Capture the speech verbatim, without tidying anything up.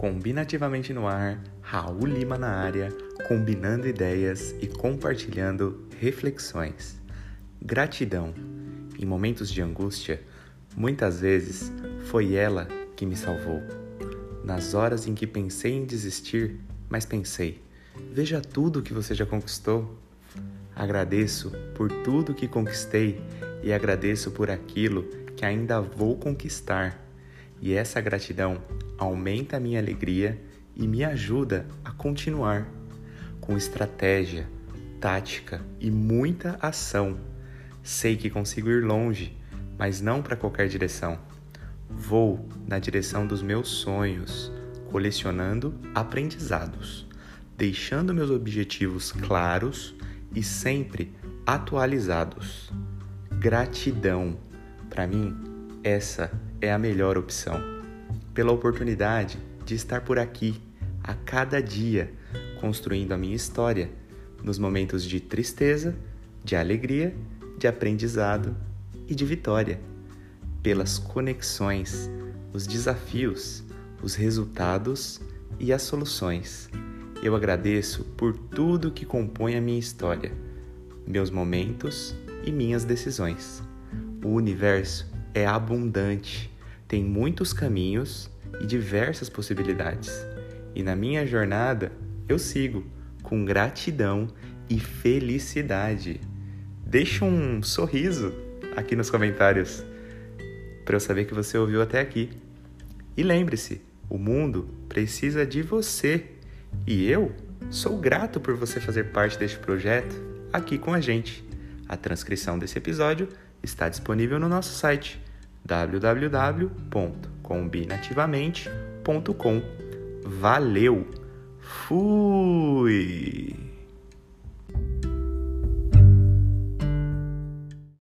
Combinativamente no ar, Raul Lima na área, combinando ideias e compartilhando reflexões. Gratidão. Em momentos de angústia, muitas vezes foi ela que me salvou. Nas horas em que pensei em desistir, mas pensei, veja tudo que você já conquistou. Agradeço por tudo que conquistei e agradeço por aquilo que ainda vou conquistar. E essa gratidão aumenta a minha alegria e me ajuda a continuar. Com estratégia, tática e muita ação. Sei que consigo ir longe, mas não para qualquer direção. Vou na direção dos meus sonhos, colecionando aprendizados, deixando meus objetivos claros e sempre atualizados. Gratidão. Para mim, essa é a melhor opção. Pela oportunidade de estar por aqui, a cada dia, construindo a minha história, nos momentos de tristeza, de alegria, de aprendizado e de vitória. Pelas conexões, os desafios, os resultados e as soluções. Eu agradeço por tudo que compõe a minha história, meus momentos e minhas decisões. O universo é abundante, tem muitos caminhos e diversas possibilidades. E na minha jornada, eu sigo com gratidão e felicidade. Deixa um sorriso aqui nos comentários para eu saber que você ouviu até aqui. E lembre-se, o mundo precisa de você. E eu sou grato por você fazer parte deste projeto aqui com a gente. A transcrição desse episódio está disponível no nosso site w w w ponto combinativamente ponto com. Valeu! Fui!